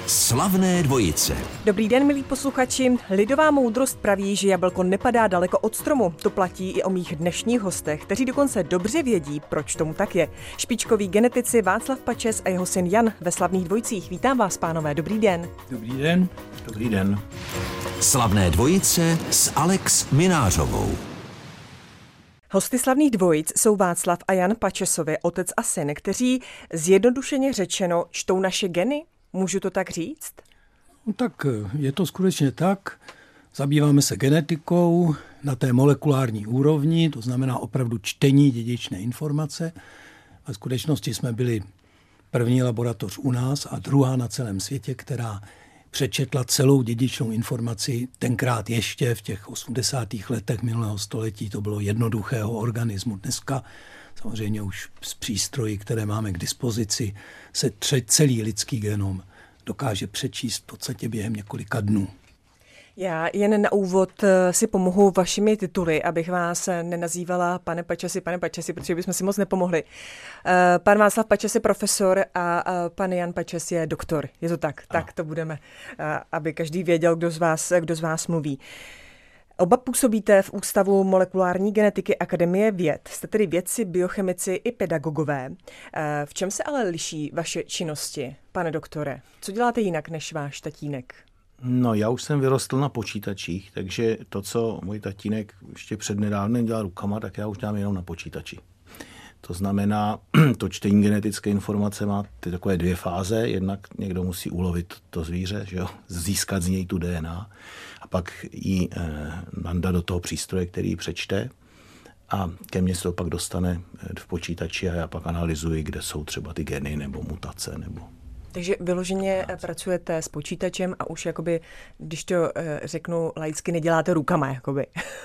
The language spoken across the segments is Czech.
Slavné dvojice. Dobrý den, milí posluchači. Lidová moudrost praví, že jablko nepadá daleko od stromu. To platí i o mých dnešních hostech, kteří dokonce dobře vědí, proč tomu tak je. Špičkoví genetici Václav Pačes a jeho syn Jan ve Slavných dvojicích. Vítám vás, pánové. Dobrý den. Dobrý den. Dobrý den. Slavné dvojice s Alex Minářovou. Hosty Slavných dvojic jsou Václav a Jan Pačesovi, otec a syn, kteří zjednodušeně řečeno čtou naše geny. Můžu to tak říct? No tak je to skutečně tak. Zabýváme se genetikou na té molekulární úrovni, to znamená opravdu čtení dědičné informace. A v skutečnosti jsme byli první laboratoř u nás a druhá na celém světě, která přečetla celou dědičnou informaci tenkrát ještě v těch 80. letech minulého století. To bylo jednoduchého organismu. Dneska samozřejmě už s přístroji, které máme k dispozici, se celý lidský genom dokáže přečíst v podstatě během několika dnů. Já jen na úvod si pomohu vašimi tituly, abych vás nenazývala pane Pačesi, protože bychom si moc nepomohli. Pan Václav Pačes je profesor a pan Jan Pačes je doktor. Je to tak? Ano. Tak to budeme, aby každý věděl, kdo z vás mluví. Oba působíte v Ústavu molekulární genetiky Akademie věd. Jste tedy vědci, biochemici i pedagogové. V čem se ale liší vaše činnosti, pane doktore? Co děláte jinak než váš tatínek? No, já už jsem vyrostl na počítačích, takže to, co můj tatínek ještě přednedávnem dělal rukama, tak já už dělám jenom na počítači. To znamená, to čtení genetické informace má ty takové dvě fáze. Jednak někdo musí ulovit to zvíře, že jo? Získat z něj tu DNA a pak ji nandat do toho přístroje, který ji přečte. A ke mně se to pak dostane v počítači a já pak analyzuji, kde jsou třeba ty geny nebo mutace. Takže vyloženě pracujete s počítačem a už jakoby, když to řeknu laicky, neděláte rukama. Jakoby.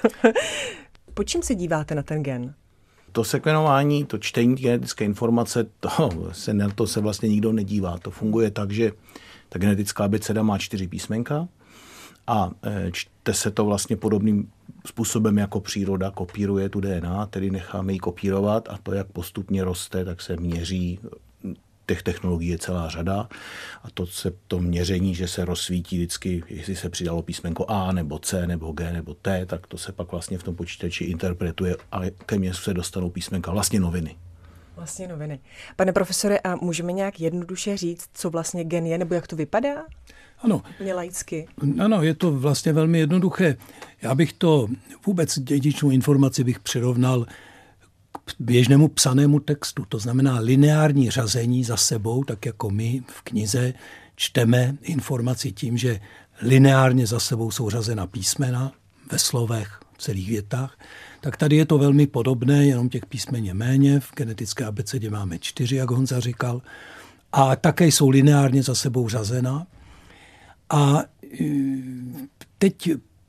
Po čím se díváte na ten gen? To sekvenování, to čtení genetické informace, to se vlastně nikdo nedívá. To funguje tak, že ta genetická abeceda má 4 písmenka a čte se to vlastně podobným způsobem, jako příroda kopíruje tu DNA, tedy necháme ji kopírovat a to, jak postupně roste, tak se měří. Těch technologií je celá řada a to měření, že se rozsvítí vždycky, jestli se přidalo písmenko A nebo C nebo G nebo T, tak to se pak vlastně v tom počítači interpretuje a ke mně se dostanou písmenka, vlastně noviny. Vlastně noviny. Pane profesore, a můžeme nějak jednoduše říct, co vlastně gen je, nebo jak to vypadá? Ano. Úplně laicky. Ano, je to vlastně velmi jednoduché. Já bych to vůbec dědičnou informaci bych přirovnal k běžnému psanému textu, to znamená lineární řazení za sebou, tak jako my v knize čteme informaci tím, že lineárně za sebou jsou řazena písmena ve slovech, v celých větách, tak tady je to velmi podobné, jenom těch písmen je méně, v genetické abecedě máme 4, jak Honza říkal, a také jsou lineárně za sebou řazena. A teď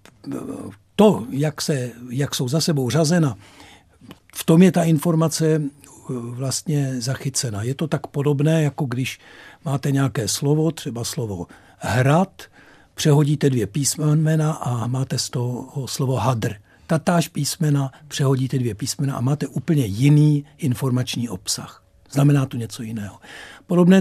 to, jak jsou za sebou řazena, v tom je ta informace vlastně zachycena. Je to tak podobné, jako když máte nějaké slovo, třeba slovo hrad, přehodíte 2 písmena a máte z toho slovo hadr. Tatáž písmena, přehodíte 2 písmena a máte úplně jiný informační obsah. Znamená to něco jiného. Podobné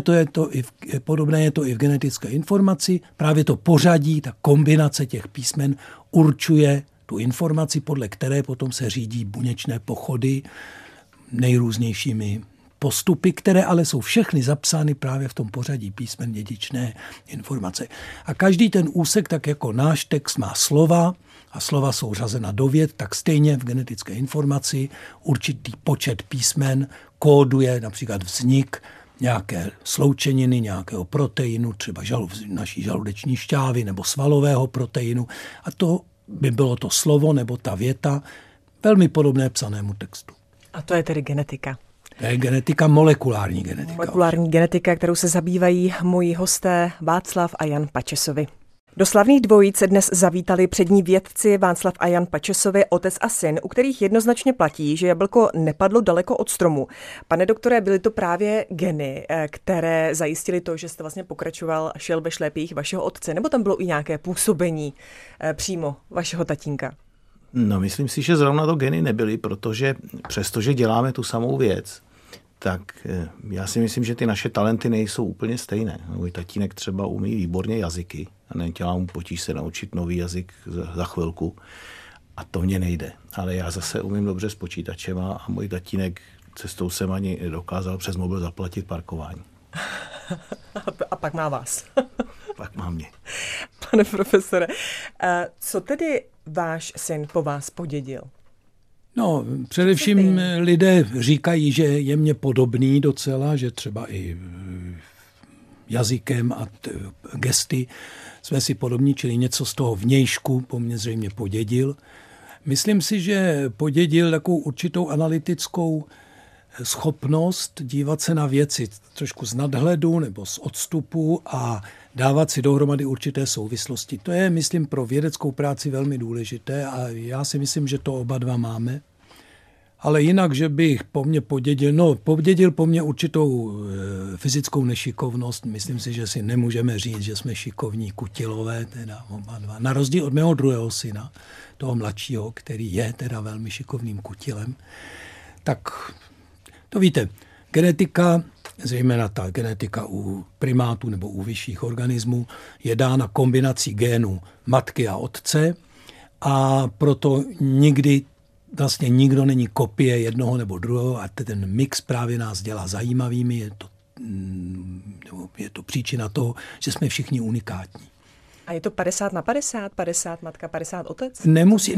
je to i v genetické informaci. Právě to pořadí, ta kombinace těch písmen určuje tu informaci, podle které potom se řídí buněčné pochody nejrůznějšími postupy, které ale jsou všechny zapsány právě v tom pořadí písmen dědičné informace. A každý ten úsek, tak jako náš text má slova a slova jsou řazena do vět, tak stejně v genetické informaci určitý počet písmen kóduje například vznik nějaké sloučeniny, nějakého proteinu, třeba naší žaludeční šťávy nebo svalového proteinu. A to by bylo to slovo nebo ta věta velmi podobné psanému textu. A to je tedy genetika. To je genetika, molekulární genetika. Molekulární genetika, kterou se zabývají moji hosté Václav a Jan Pačesovi. Do Slavných dvojic dnes zavítali přední vědci Václav a Jan Pačesovi, otec a syn, u kterých jednoznačně platí, že jablko nepadlo daleko od stromu. Pane doktore, byly to právě geny, které zajistily to, že jste vlastně pokračoval a šel ve šlépích vašeho otce, nebo tam bylo i nějaké působení přímo vašeho tatínka? No, myslím si, že zrovna to geny nebyly, protože přestože děláme tu samou věc, tak já si myslím, že ty naše talenty nejsou úplně stejné. Můj tatínek třeba umí výborně jazyky a nedělá mu potíž se naučit nový jazyk za chvilku a to mně nejde. Ale já zase umím dobře s počítačem a můj tatínek cestou jsem ani nedokázal přes mobil zaplatit parkování. A pak má vás. Pak má mě. Pane profesore, co tedy váš syn po vás podědil? No, především lidé říkají, že je mně podobný docela, že třeba i jazykem a gesty jsme si podobní, čili něco z toho vnějšku po mně zřejmě podědil. Myslím si, že podědil takovou určitou analytickou schopnost dívat se na věci trošku z nadhledu nebo z odstupu a dávat si dohromady určité souvislosti. To je, myslím, pro vědeckou práci velmi důležité a já si myslím, že to oba dva máme. Ale jinak, že bych po mně podědil po mně určitou fyzickou nešikovnost. Myslím si, že si nemůžeme říct, že jsme šikovní kutilové, teda oba dva. Na rozdíl od mého druhého syna, toho mladšího, který je teda velmi šikovným kutilem. Tak to víte, genetika, zejména ta genetika u primátů nebo u vyšších organismů, je dána kombinací génů matky a otce a proto vlastně nikdo není kopie jednoho nebo druhého a ten mix právě nás dělá zajímavými. Je to příčina toho, že jsme všichni unikátní. A je to 50/50? 50 matka, 50 otec? Nemusí,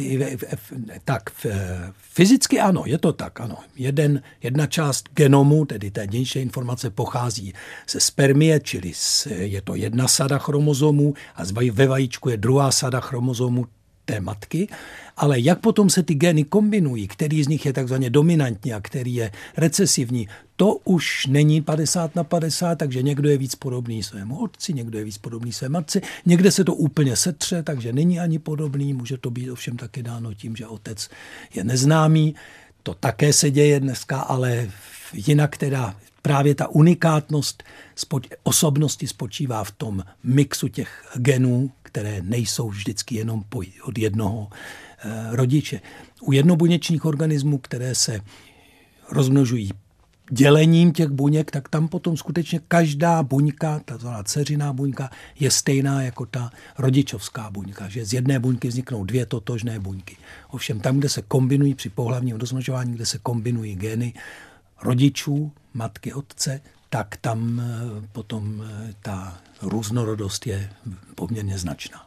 fyzicky ano, je to tak, ano. Jedna část genomu, tedy té dědičné informace, pochází ze spermie, čili je to jedna sada chromozomů a ve vajíčku je druhá sada chromozomů té matky, ale jak potom se ty gény kombinují, který z nich je takzvaně dominantní a který je recesivní, to už není 50/50, takže někdo je víc podobný svému otci, někdo je víc podobný své matce, někde se to úplně setře, takže není ani podobný, může to být ovšem taky dáno tím, že otec je neznámý, to také se děje dneska, ale jinak teda právě ta unikátnost osobnosti spočívá v tom mixu těch genů, které nejsou vždycky jenom od jednoho rodiče. U jednobuněčných organismů, které se rozmnožují dělením těch buněk, tak tam potom skutečně každá buňka, takzvaná dceřiná buňka, je stejná jako ta rodičovská buňka, že z jedné buňky vzniknou dvě totožné buňky. Ovšem tam, kde se kombinují při pohlavním rozmnožování, kde se kombinují gény rodičů, matky, otce, tak tam potom ta různorodost je poměrně značná.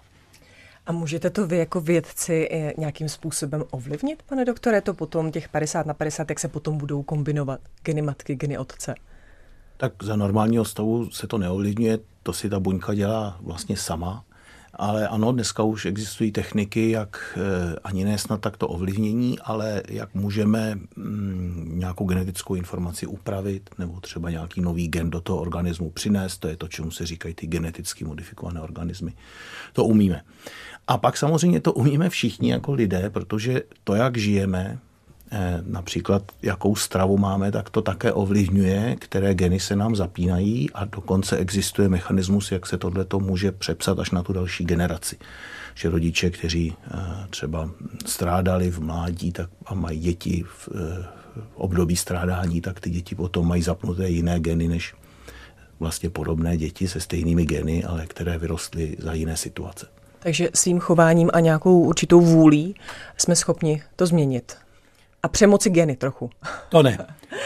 A můžete to vy jako vědci nějakým způsobem ovlivnit, pane doktore, to potom těch 50/50, jak se potom budou kombinovat geny matky, geny otce? Tak za normálního stavu se to neovlivňuje, to si ta buňka dělá vlastně sama. Ale ano, dneska už existují techniky, jak ani ne snad tak to ovlivnění, ale jak můžeme nějakou genetickou informaci upravit nebo třeba nějaký nový gen do toho organismu přinést. To je to, čemu se říkají ty geneticky modifikované organismy. To umíme. A pak samozřejmě to umíme všichni jako lidé, protože to, jak žijeme, například jakou stravu máme, tak to také ovlivňuje, které geny se nám zapínají a dokonce existuje mechanismus, jak se tohleto může přepsat až na tu další generaci. Že rodiče, kteří třeba strádali v mládí tak a mají děti v období strádání, tak ty děti potom mají zapnuté jiné geny než vlastně podobné děti se stejnými geny, ale které vyrostly za jiné situace. Takže svým chováním a nějakou určitou vůlí jsme schopni to změnit. A přemoci geny trochu. To ne.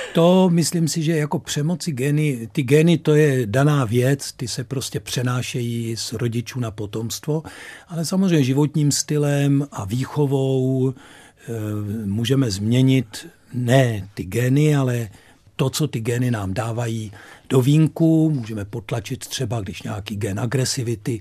To myslím si, že jako přemoci geny, ty geny to je daná věc, ty se prostě přenášejí z rodičů na potomstvo, ale samozřejmě životním stylem a výchovou můžeme změnit ne ty geny, ale to, co ty geny nám dávají do vínku, můžeme potlačit třeba, když nějaký gen agresivity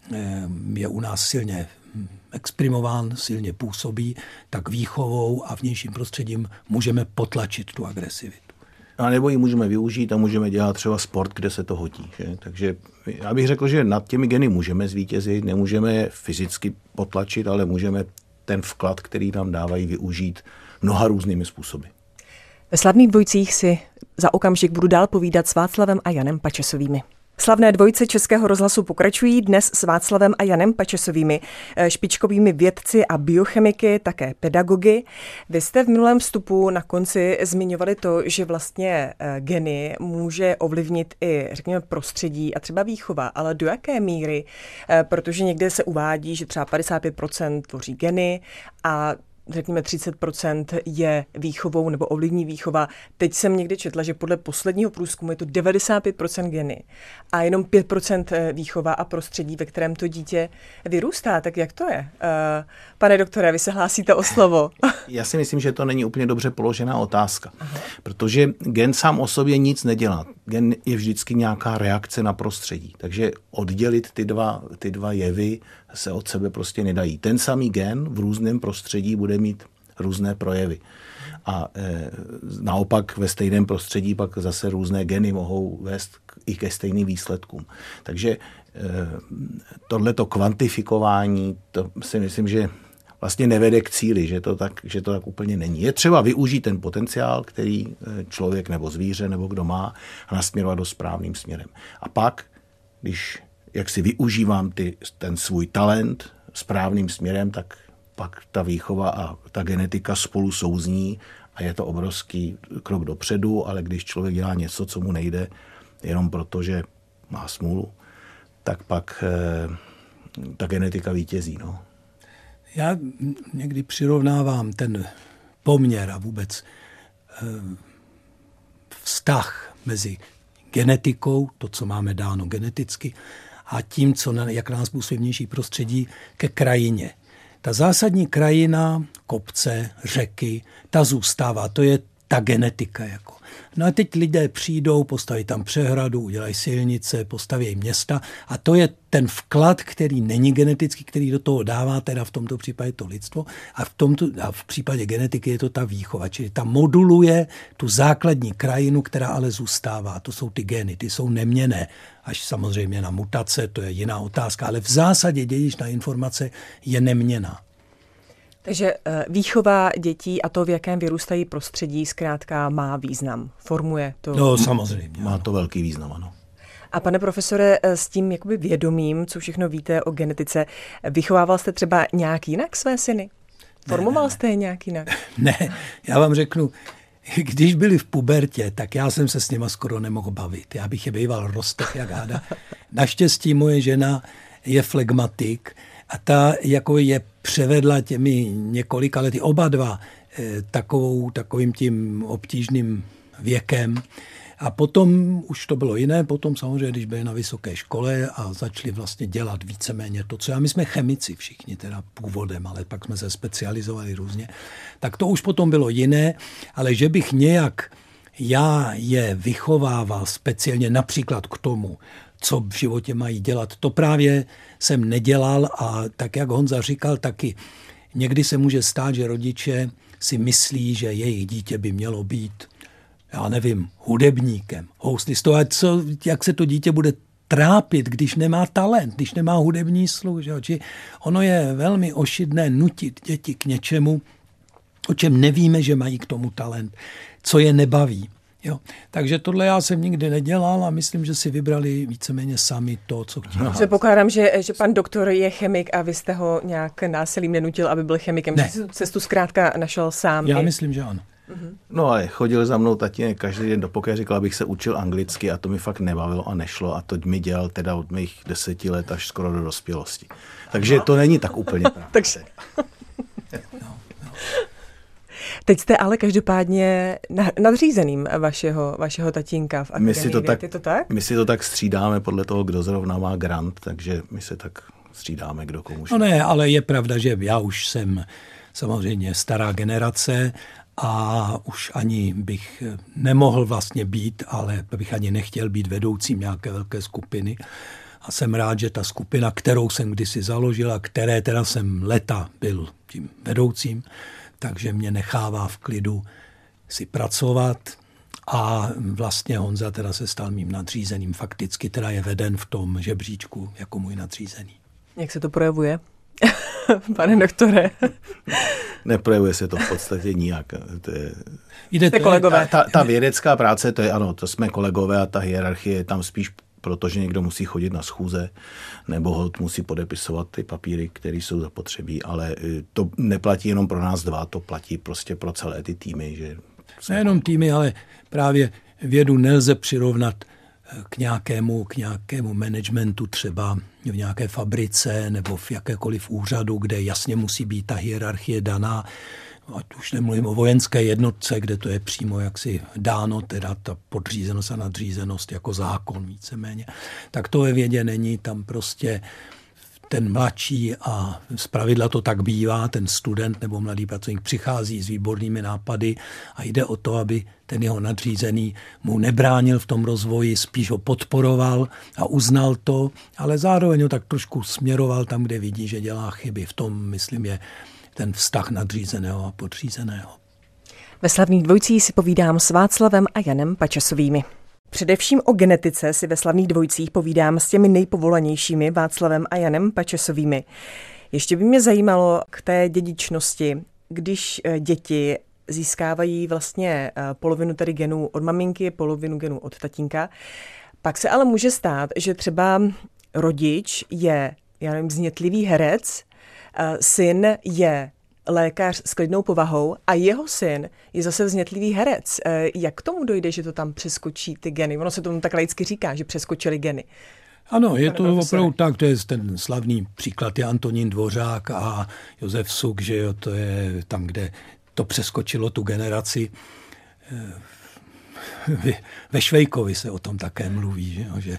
je u nás silně exprimován, silně působí, tak výchovou a vnějším prostředím můžeme potlačit tu agresivitu. A nebo ji můžeme využít a můžeme dělat třeba sport, kde se to hodí. Že? Takže já bych řekl, že nad těmi geny můžeme zvítězit, nemůžeme je fyzicky potlačit, ale můžeme ten vklad, který nám dávají, využít mnoha různými způsoby. Ve Slavných dvojicích si za okamžik budu dál povídat s Václavem a Janem Pačesovými. Slavné dvojice Českého rozhlasu pokračují dnes s Václavem a Janem Pačesovými, špičkovými vědci a biochemiky, také pedagogy. Vy jste v minulém vstupu na konci zmiňovali to, že vlastně geny může ovlivnit i, řekněme, prostředí a třeba výchova, ale do jaké míry? Protože někde se uvádí, že třeba 55% tvoří geny a řekněme 30% je výchovou nebo ovlivní výchova. Teď jsem někdy četla, že podle posledního průzkumu je to 95% geny a jenom 5% výchova a prostředí, ve kterém to dítě vyrůstá. Tak jak to je? Pane doktore, vy se hlásíte o slovo. Já si myslím, že to není úplně dobře položená otázka, protože gen sám o sobě nic nedělá. Gen je vždycky nějaká reakce na prostředí, takže oddělit ty dva jevy se od sebe prostě nedají. Ten samý gen v různém prostředí bude mít různé projevy. A naopak ve stejném prostředí pak zase různé geny mohou vést i ke stejným výsledkům. Takže tohleto kvantifikování, to si myslím, že vlastně nevede k cíli, že to tak úplně není. Je třeba využít ten potenciál, který člověk nebo zvíře nebo kdo má, a nasměrovat do správným směrem. A pak, když jak si využívám ten svůj talent správným směrem, tak pak ta výchova a ta genetika spolu souzní a je to obrovský krok dopředu, ale když člověk dělá něco, co mu nejde, jenom proto, že má smůlu, tak pak ta genetika vítězí. No. Já někdy přirovnávám ten poměr a vůbec vztah mezi genetikou, to, co máme dáno geneticky, a tím, jak nás působí vnější prostředí, ke krajině. Ta zásadní krajina, kopce, řeky, ta zůstává, to je ta genetika. Jako. No a teď lidé přijdou, postaví tam přehradu, udělají silnice, postaví města a to je ten vklad, který není genetický, který do toho dává, teda v tomto případě to lidstvo a v případě genetiky je to ta výchova, čili ta moduluje tu základní krajinu, která ale zůstává. To jsou ty geny, ty jsou neměnné. Až samozřejmě na mutace, to je jiná otázka, ale v zásadě dědičná informace je neměnná. Takže výchova dětí a to, v jakém vyrůstají prostředí, zkrátka má význam. Formuje to. No, samozřejmě. Má to velký význam, ano. A pane profesore, s tím jakoby vědomím, co všechno víte o genetice, vychovával jste třeba nějak jinak své syny? Formoval jste je nějak jinak? Ne, já vám řeknu, když byli v pubertě, tak já jsem se s nima skoro nemohl bavit. Já bych je býval roztrh jak háda. Naštěstí moje žena je flegmatik a ta jako je převedla těmi několika lety oba dva takovým tím obtížným věkem. A potom už to bylo jiné, potom samozřejmě, když byli na vysoké škole a začali vlastně dělat víceméně to, co my jsme chemici všichni teda původem, ale pak jsme se specializovali různě, tak to už potom bylo jiné, ale že bych nějak já je vychovával speciálně například k tomu, co v životě mají dělat, to právě jsem nedělal a tak, jak Honza říkal, taky někdy se může stát, že rodiče si myslí, že jejich dítě by mělo být, já nevím, hudebníkem, houslistou. A jak se to dítě bude trápit, když nemá talent, když nemá hudební sluch. Že? Ono je velmi ošidné nutit děti k něčemu, o čem nevíme, že mají k tomu talent, co je nebaví. Jo. Takže tohle já jsem nikdy nedělal a myslím, že si vybrali víceméně sami to, co chtěli. Předpokládám, že pan doktor je chemik a vy jste ho nějak násilím nenutil, aby byl chemikem. Ne. Že cestu zkrátka našel sám. Já myslím, že ano. No ale chodil za mnou tatínek každý den do pokoje, říkal, abych se učil anglicky a to mi fakt nebavilo a nešlo a to mi dělal teda od mých 10 let až skoro do dospělosti. Takže to není tak úplně pravda. Takže. Teď jste ale každopádně nadřízeným vašeho tatínka v akademii věd, je to tak? My si to tak střídáme podle toho, kdo zrovna má grant, takže my se tak střídáme, kdo komu. No ne, ale je pravda, že já už jsem samozřejmě stará generace a už ani bych nemohl vlastně být, ale bych ani nechtěl být vedoucím nějaké velké skupiny. A jsem rád, že ta skupina, kterou jsem kdysi založil a které teda jsem leta byl tím vedoucím, takže mě nechává v klidu si pracovat a vlastně Honza teda se stal mým nadřízeným, fakticky teda je veden v tom žebříčku jako můj nadřízený. Jak se to projevuje, pane doktore? Neprojevuje se to v podstatě nijak. Jste kolegové. Ta vědecká práce, to je ano, to jsme kolegové a ta hierarchie je tam spíš protože někdo musí chodit na schůze nebo holt musí podepisovat ty papíry, které jsou zapotřebí, ale to neplatí jenom pro nás dva, to platí prostě pro celé ty týmy. Že nejenom týmy, ale právě vědu nelze přirovnat k nějakému managementu třeba v nějaké fabrice nebo v jakékoliv úřadu, kde jasně musí být ta hierarchie daná. Ať už nemluvím o vojenské jednotce, kde to je přímo jaksi dáno, teda ta podřízenost a nadřízenost jako zákon víceméně. Tak to ve vědě není, tam prostě ten mladší a zpravidla to tak bývá, ten student nebo mladý pracovník přichází s výbornými nápady a jde o to, aby ten jeho nadřízený mu nebránil v tom rozvoji, spíš ho podporoval a uznal to, ale zároveň ho tak trošku směroval tam, kde vidí, že dělá chyby. V tom, myslím, je ten vztah nadřízeného a podřízeného. Ve Slavných dvojicích si povídám s Václavem a Janem Pačesovými. Především o genetice si ve Slavných dvojicích povídám s těmi nejpovolanějšími Václavem a Janem Pačesovými. Ještě by mě zajímalo k té dědičnosti, když děti získávají vlastně polovinu tedy genů od maminky, polovinu genů od tatínka, pak se ale může stát, že třeba rodič je, já nevím, vznětlivý herec, syn je lékař s klidnou povahou a jeho syn je zase vznětlivý herec. Jak k tomu dojde, že to tam přeskočí ty geny? Ono se tomu tak laicky říká, že přeskočily geny. Ano, je to opravdu tak, to je ten slavný příklad, je Antonín Dvořák a Josef Suk, že jo, to je tam, kde to přeskočilo tu generaci. Ve Švejkovi se o tom také mluví, že, jo, že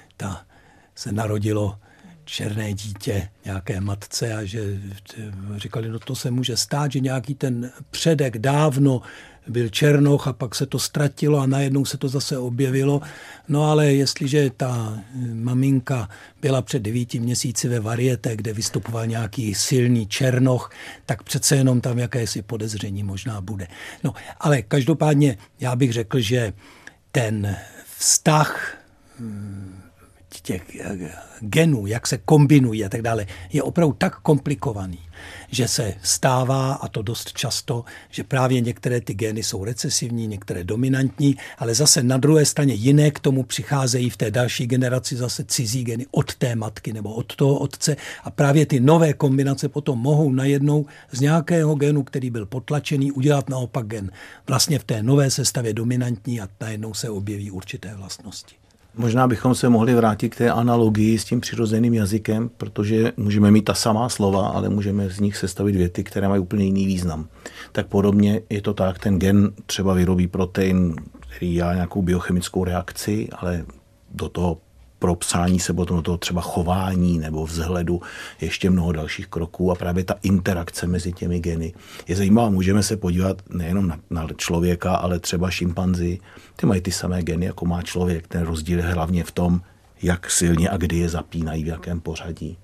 se narodilo černé dítě nějaké matce a že říkali, no to se může stát, že nějaký ten předek dávno byl černoch a pak se to ztratilo a najednou se to zase objevilo. No ale jestliže ta maminka byla před 9 měsíci ve Varieté, kde vystupoval nějaký silný černoch, tak přece jenom tam jakési podezření možná bude. No ale každopádně já bych řekl, že ten vztah těch genů, jak se kombinují a tak dále, je opravdu tak komplikovaný, že se stává, a to dost často, že právě některé ty gény jsou recesivní, některé dominantní, ale zase na druhé straně jiné k tomu přicházejí v té další generaci zase cizí gény od té matky nebo od toho otce a právě ty nové kombinace potom mohou najednou z nějakého génu, který byl potlačený, udělat naopak gen vlastně v té nové sestavě dominantní a najednou se objeví určité vlastnosti. Možná bychom se mohli vrátit k té analogii s tím přirozeným jazykem, protože můžeme mít ta samá slova, ale můžeme z nich sestavit věty, které mají úplně jiný význam. Tak podobně je to tak, ten gen třeba vyrobí protein, který dělá nějakou biochemickou reakci, ale do toho pro psání se potom do toho třeba chování nebo vzhledu ještě mnoho dalších kroků a právě ta interakce mezi těmi geny je zajímavá. Můžeme se podívat nejenom na člověka, ale třeba šimpanzi. Ty mají ty samé geny, jako má člověk. Ten rozdíl je hlavně v tom, jak silně a kdy je zapínají, v jakém pořadí.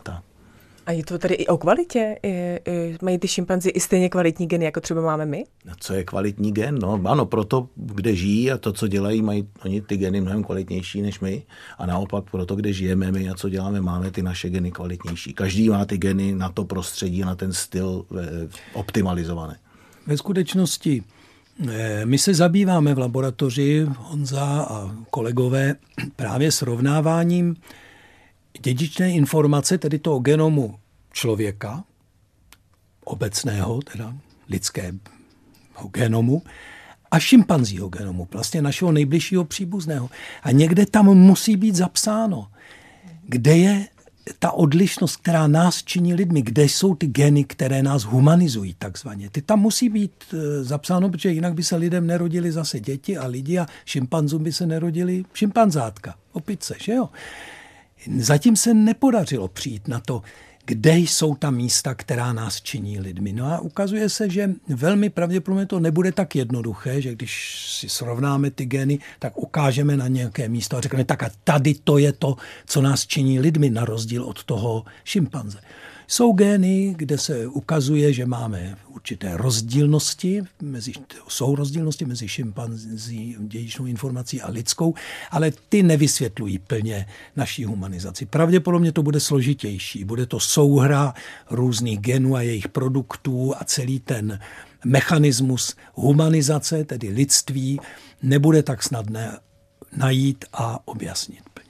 A je to tady i o kvalitě? Mají ty šimpanzi i stejně kvalitní geny, jako třeba máme my? Co je kvalitní gen? No, ano, proto, kde žijí a to, co dělají, mají oni ty geny mnohem kvalitnější než my. A naopak proto, kde žijeme my a co děláme, máme ty naše geny kvalitnější. Každý má ty geny na to prostředí, na ten styl optimalizované. Ve skutečnosti my se zabýváme v laboratoři, Honza a kolegové, právě srovnáváním dědičné informace, tedy toho genomu člověka, obecného, teda lidského genomu, a šimpanzího genomu, vlastně našeho nejbližšího příbuzného. A někde tam musí být zapsáno, kde je ta odlišnost, která nás činí lidmi, kde jsou ty geny, které nás humanizují takzvaně. Ty tam musí být zapsáno, protože jinak by se lidem nerodili zase děti a lidi a šimpanzům by se nerodili šimpanzátka, opice, že jo? Zatím se nepodařilo přijít na to, kde jsou ta místa, která nás činí lidmi. No a ukazuje se, že velmi pravděpodobně to nebude tak jednoduché, že když si srovnáme ty geny, tak ukážeme na nějaké místo a řekneme, tak a tady to je to, co nás činí lidmi, na rozdíl od toho šimpanze. Jsou gény, kde se ukazuje, že máme určité rozdílnosti, jsou rozdílnosti mezi šimpanzí, dědičnou informací a lidskou, ale ty nevysvětlují plně naší humanizaci. Pravděpodobně to bude složitější, bude to souhra různých genů a jejich produktů a celý ten mechanismus humanizace, tedy lidství, nebude tak snadné najít a objasnit plně.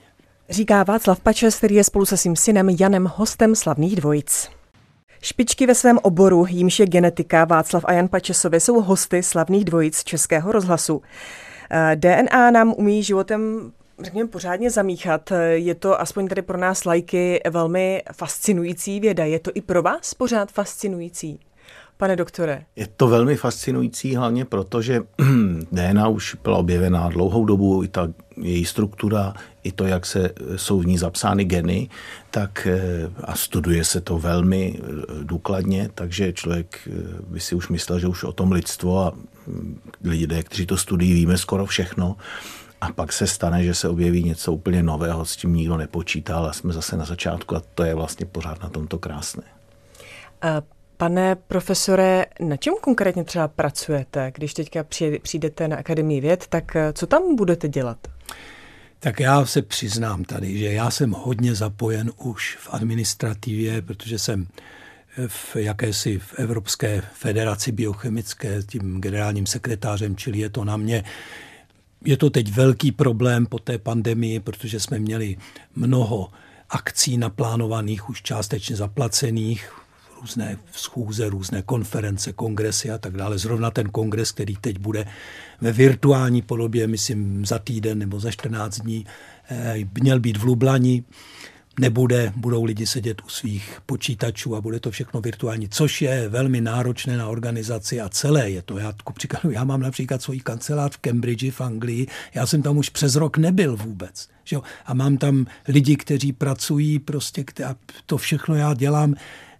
Říká Václav Pačes, který je spolu se svým synem Janem hostem Slavných dvojic. Špičky ve svém oboru, jímž je genetika, Václav a Jan Pačesovi, jsou hosty Slavných dvojic Českého rozhlasu. DNA nám umí životem, řekněme, pořádně zamíchat. Je to aspoň tady pro nás laiky velmi fascinující věda. Je to i pro vás pořád fascinující, pane doktore? Je to velmi fascinující, hlavně proto, že DNA už byla objevená dlouhou dobu, i ta její struktura, i to, jak jsou v ní zapsány geny, tak a studuje se to velmi důkladně, takže člověk by si už myslel, že už o tom lidstvo a lidé, kteří to studují, víme skoro všechno. A pak se stane, že se objeví něco úplně nového, s tím nikdo nepočítal a jsme zase na začátku a to je vlastně pořád na tomto krásné. Pane profesore, na čem konkrétně třeba pracujete? Když teďka přijdete na Akademii věd, tak co tam budete dělat? Tak já se přiznám tady, že já jsem hodně zapojen už v administrativě, protože jsem v Evropské federaci biochemické tím generálním sekretářem, čili je to na mě. Je to teď velký problém po té pandemii, protože jsme měli mnoho akcí naplánovaných, už částečně zaplacených, různé schůze, různé konference, kongresy a tak dále. Zrovna ten kongres, který teď bude ve virtuální podobě, myslím za týden nebo za 14 dní, měl být v Lublani. Nebude, budou lidi sedět u svých počítačů a bude to všechno virtuální, což je velmi náročné na organizaci a celé je to. Já mám například svůj kancelář v Cambridge v Anglii, já jsem tam už přes rok nebyl vůbec. Že jo? A mám tam lidi, kteří pracují, prostě a to všechno já dělám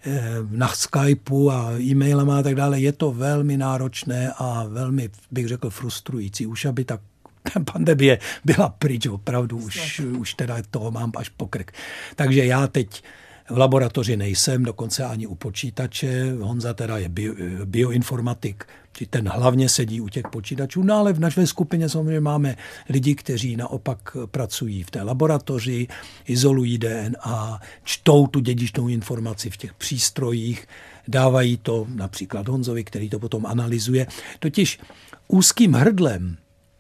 na Skypeu a e-mailama a tak dále. Je to velmi náročné a velmi, bych řekl, frustrující. Už aby ta pandemie byla pryč, opravdu už teda toho mám až po krk. Takže já teď v laboratoři nejsem, dokonce ani u počítače. Honza teda je bioinformatik, či ten hlavně sedí u těch počítačů. No ale v naší skupině samozřejmě máme lidi, kteří naopak pracují v té laboratoři, izolují DNA, čtou tu dědičnou informaci v těch přístrojích, dávají to například Honzovi, který to potom analyzuje. Totiž úzkým hrdlem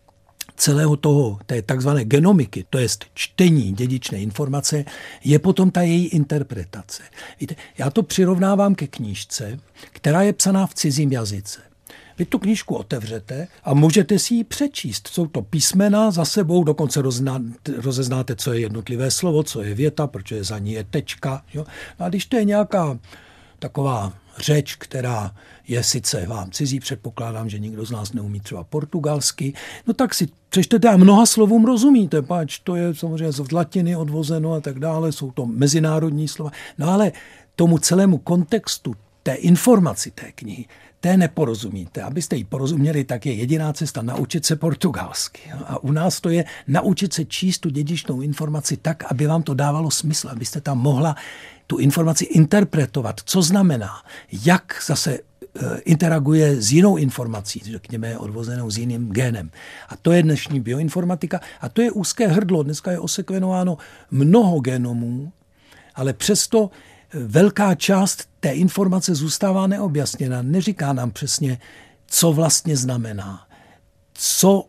celého té takzvané genomiky, to jest čtení dědičné informace, je potom ta její interpretace. Víte, já to přirovnávám ke knížce, která je psaná v cizím jazyce. Vy tu knížku otevřete a můžete si ji přečíst. Jsou to písmena za sebou, dokonce rozeznáte, co je jednotlivé slovo, co je věta, protože za ní je tečka. Jo? A když to je nějaká taková řeč, která je sice vám cizí, předpokládám, že nikdo z nás neumí třeba portugalsky, no tak si přečtete a mnoha slovům rozumíte, pač to je samozřejmě z latiny odvozeno a tak dále, jsou to mezinárodní slova. No ale tomu celému kontextu té informaci té knihy, té neporozumíte. Abyste jí porozuměli, tak je jediná cesta naučit se portugalsky. A u nás to je naučit se číst tu dědičnou informaci tak, aby vám to dávalo smysl, abyste tam mohla tu informaci interpretovat. Co znamená, jak zase interaguje s jinou informací, řekněme odvozenou s jiným génem. A to je dnešní bioinformatika a to je úzké hrdlo. Dneska je osekvenováno mnoho genomů, ale přesto velká část té informace zůstává neobjasněna. Neříká nám přesně, co vlastně znamená, co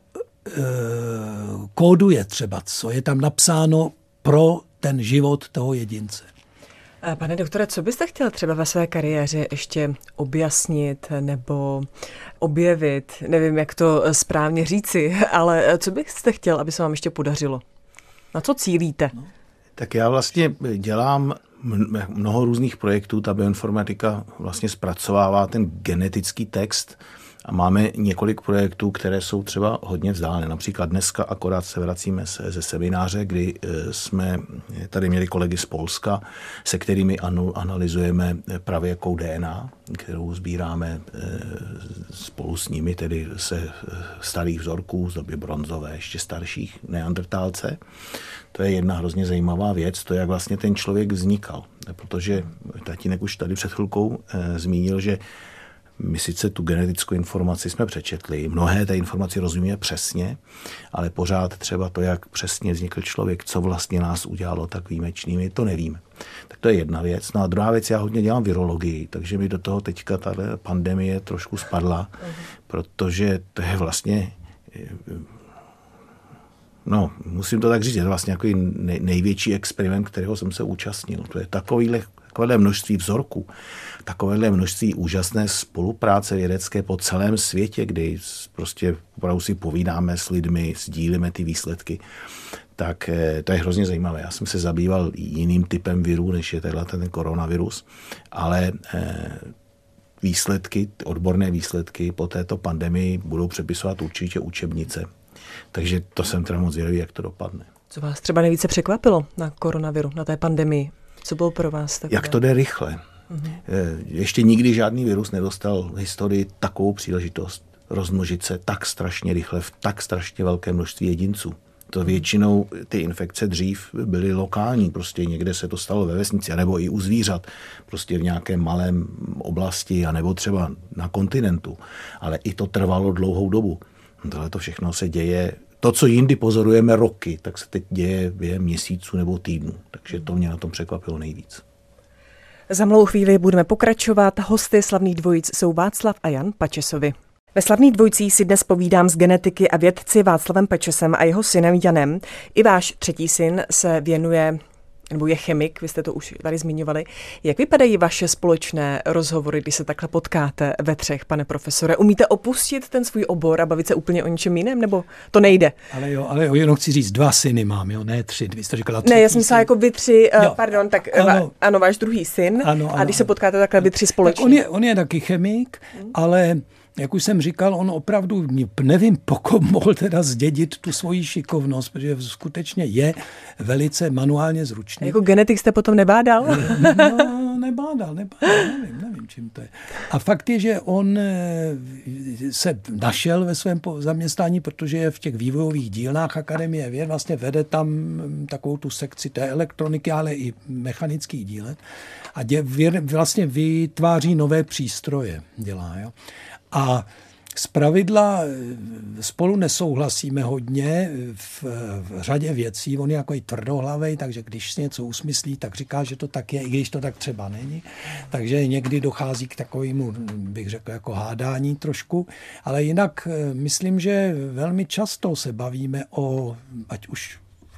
kóduje třeba, co je tam napsáno pro ten život toho jedince. Pane doktore, co byste chtěl třeba ve své kariéře ještě objasnit nebo objevit? Nevím, jak to správně říci, ale co byste chtěl, aby se vám ještě podařilo? Na co cílíte? Tak já vlastně dělám mnoho různých projektů. Ta bioinformatika vlastně zpracovává ten genetický text a máme několik projektů, které jsou třeba hodně vzdálené. Například dneska akorát se vracíme ze semináře, kdy jsme tady měli kolegy z Polska, se kterými analyzujeme pravěkou DNA, kterou sbíráme spolu s nimi, tedy se starých vzorků z doby bronzové, ještě starších neandertálce. To je jedna hrozně zajímavá věc, to jak vlastně ten člověk vznikal. Protože tatínek už tady před chvilkou zmínil, že my sice tu genetickou informaci jsme přečetli, mnohé té informaci rozumíme přesně, ale pořád třeba to, jak přesně vznikl člověk, co vlastně nás udělalo tak výjimečnými, to nevíme. Tak to je jedna věc. No a druhá věc, já hodně dělám virologii, takže mi do toho teďka ta pandemie trošku spadla, protože to je vlastně no, musím to tak říct, je to vlastně jako největší experiment, kterého jsem se účastnil. To je takovéhle množství vzorků, takovéhle množství úžasné spolupráce vědecké po celém světě, kdy prostě opravdu si povídáme s lidmi, sdílíme ty výsledky, tak to je hrozně zajímavé. Já jsem se zabýval jiným typem virů, než je ten koronavirus, ale výsledky, odborné výsledky po této pandemii budou přepisovat určitě učebnice. Takže to jsem teda moc zvědavý, jak to dopadne. Co vás třeba nejvíce překvapilo na koronaviru, na té pandemii? Co bylo pro vás takové? Jak to jde rychle. Ještě nikdy žádný virus nedostal v historii takovou příležitost rozmnožit se tak strašně rychle v tak strašně velké množství jedinců. To většinou ty infekce dřív byly lokální, prostě někde se to stalo ve vesnici, anebo i u zvířat, prostě v nějakém malém oblasti, anebo třeba na kontinentu. Ale i to trvalo dlouhou dobu. Tohle to všechno se děje, to, co jindy pozorujeme roky, tak se teď děje během měsíců nebo týdnů. Takže to mě na tom překvapilo nejvíc. Za malou chvíli budeme pokračovat. Hosty slavných dvojic jsou Václav a Jan Pačesovi. Ve slavných dvojicích si dnes povídám s genetiky a vědci Václavem Pačesem a jeho synem Janem. I váš třetí syn se věnuje, nebo je chemik, vy jste to už tady zmiňovali. Jak vypadají vaše společné rozhovory, když se takhle potkáte ve třech, pane profesore? Umíte opustit ten svůj obor a bavit se úplně o něčem jiném, nebo to nejde? Ale jo, jenom chci říct, 2 syny mám, jo, ne 3. Vy jste říkala 3. Ne, já jsem myslela jako vy 3, jo. Pardon, tak ano, váš druhý syn. Ano, a když se potkáte takhle vy 3 společně. On je taky chemik, ale jak už jsem říkal, on opravdu, nevím, po kom mohl teda zdědit tu svoji šikovnost, protože skutečně je velice manuálně zručný. Jako genetik jste potom nebádal? No, nebádal, nevím, čím to je. A fakt je, že on se našel ve svém zaměstnání, protože je v těch vývojových dílnách Akademie věd, vlastně vede tam takovou tu sekci té elektroniky, ale i mechanických dílet a vlastně vytváří nové přístroje, dělá, jo. A zpravidla spolu nesouhlasíme hodně v řadě věcí. On je jako i tvrdohlavej, takže když si něco usmyslí, tak říká, že to tak je, i když to tak třeba není. Takže někdy dochází k takovému, bych řekl, jako hádání trošku. Ale jinak myslím, že velmi často se bavíme ať už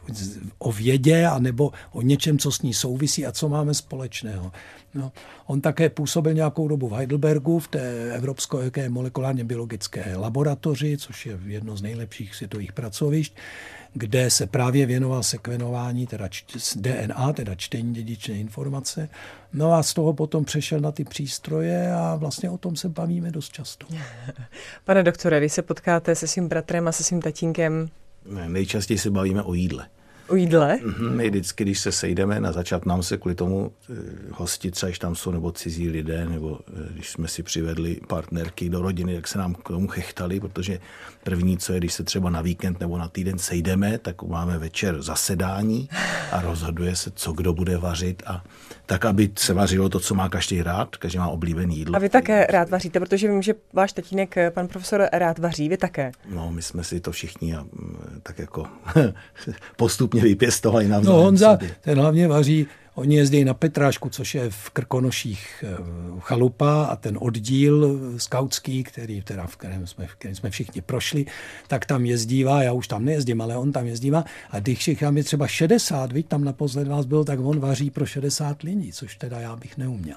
o vědě, anebo o něčem, co s ní souvisí a co máme společného. No, on také působil nějakou dobu v Heidelbergu, v té Evropské molekulárně biologické laboratoři, což je jedno z nejlepších světových pracovišť, kde se právě věnoval sekvenování, teda DNA, teda čtení dědičné informace. No a z toho potom přešel na ty přístroje a vlastně o tom se bavíme dost často. Pane doktore, když se potkáte se svým bratrem a se svým tatínkem? Nejčastěji se bavíme o jídle. O jídle? My vždycky, když se sejdeme, na začátku nám se kvůli tomu hosti, třeba když tam jsou nebo cizí lidé, nebo když jsme si přivedli partnerky do rodiny, jak se nám k tomu chechtali, protože první, co je, když se třeba na víkend nebo na týden sejdeme, tak máme večer zasedání a rozhoduje se, co kdo bude vařit a tak, aby se vařilo to, co má každý rád, každý má oblíbený jídlo. A vy také rád vaříte, protože vím, že váš tatínek, pan profesor, rád vaří, vy také. No, my jsme si to všichni tak jako postupně vypěstovali navzájem. No, Honza, ten hlavně vaří, oni jezdí na Petrášku, což je v Krkonoších chalupa a ten oddíl skautský, v kterém jsme všichni prošli, tak tam jezdívá, já už tam nejezdím, ale on tam jezdívá a když tam je třeba 60, víc, tam naposled vás byl, tak on vaří pro 60 lidí, což teda já bych neuměl.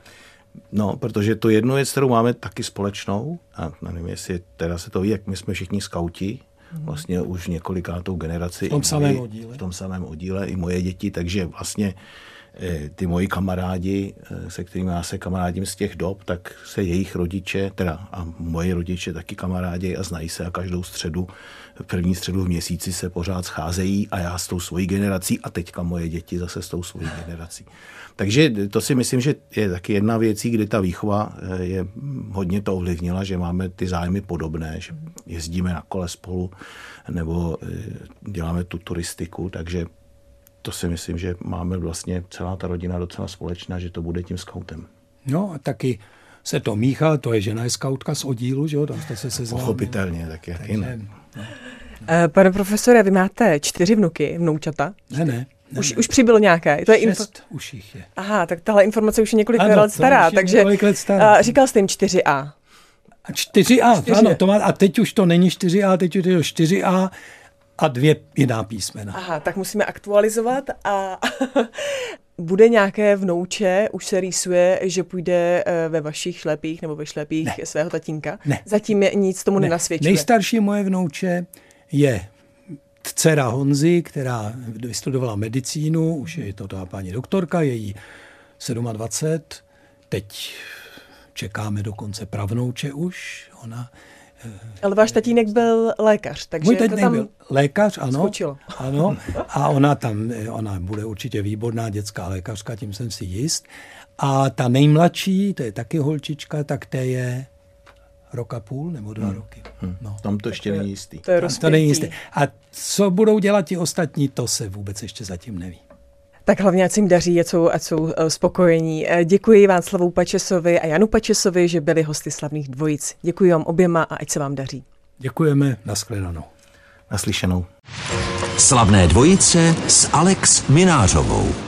No, protože to jednu věc, kterou máme taky společnou, a nevím, jestli teda se to ví, jak my jsme všichni skauti, vlastně už několikátou generaci. V tom samém oddíle i moje děti, takže vlastně ty moji kamarádi, se kterými já se kamarádím z těch dob, tak se jejich rodiče, teda a moji rodiče taky kamarádi a znají se a každou středu, první středu v měsíci se pořád scházejí a já s tou svojí generací a teďka moje děti zase s tou svojí generací. Takže to si myslím, že je taky jedna věcí, kdy ta výchova je hodně to ovlivnila, že máme ty zájmy podobné, že jezdíme na kole spolu nebo děláme tu turistiku, takže to si myslím, že máme vlastně celá ta rodina docela společná, že to bude tím skautem. No a taky se to míchá, to je žena je skautka z oddílu, že jo, tam jste se seznámili. Pochopitelně, tak jak jinak. No. Pane profesore, vy máte 4 vnoučata? Ne. Už přibylo nějaké? To je 6 už jich je. Aha, tak tahle informace už je několik let stará, takže říkal jste jim 4A. A 4A, ano, to má, a teď už to není 4A, teď už je to 4A a 2 jiná písmena. Aha, tak musíme aktualizovat a bude nějaké vnouče, už se rýsuje, že půjde ve vašich šlépích nebo ve šlépích svého tatínka? Ne. Zatím nic tomu nenasvědčuje. Nejstarší moje vnouče je dcera Honzy, která vystudovala medicínu, už je to ta paní doktorka, je jí 27, teď čekáme dokonce pravnouče už, ona... Ale váš tatínek byl lékař, takže můj to tam byl lékař, ano. skočilo. Ano, a ona bude určitě výborná dětská lékařka, tím jsem si jist. A ta nejmladší, to je taky holčička, tak té je 1,5 roku nebo 2 roky. No. Tam to ještě není jistý. To není jistý. A co budou dělat ti ostatní, to se vůbec ještě zatím neví. Tak hlavně, ať se jim daří, ať jsou spokojení. Děkuji Václavu Pačesovi a Janu Pačesovi, že byli hosty Slavných dvojic. Děkuji vám oběma a ať se vám daří. Děkujeme, nashledanou. Naslyšenou. Slavné dvojice s Alex Minářovou.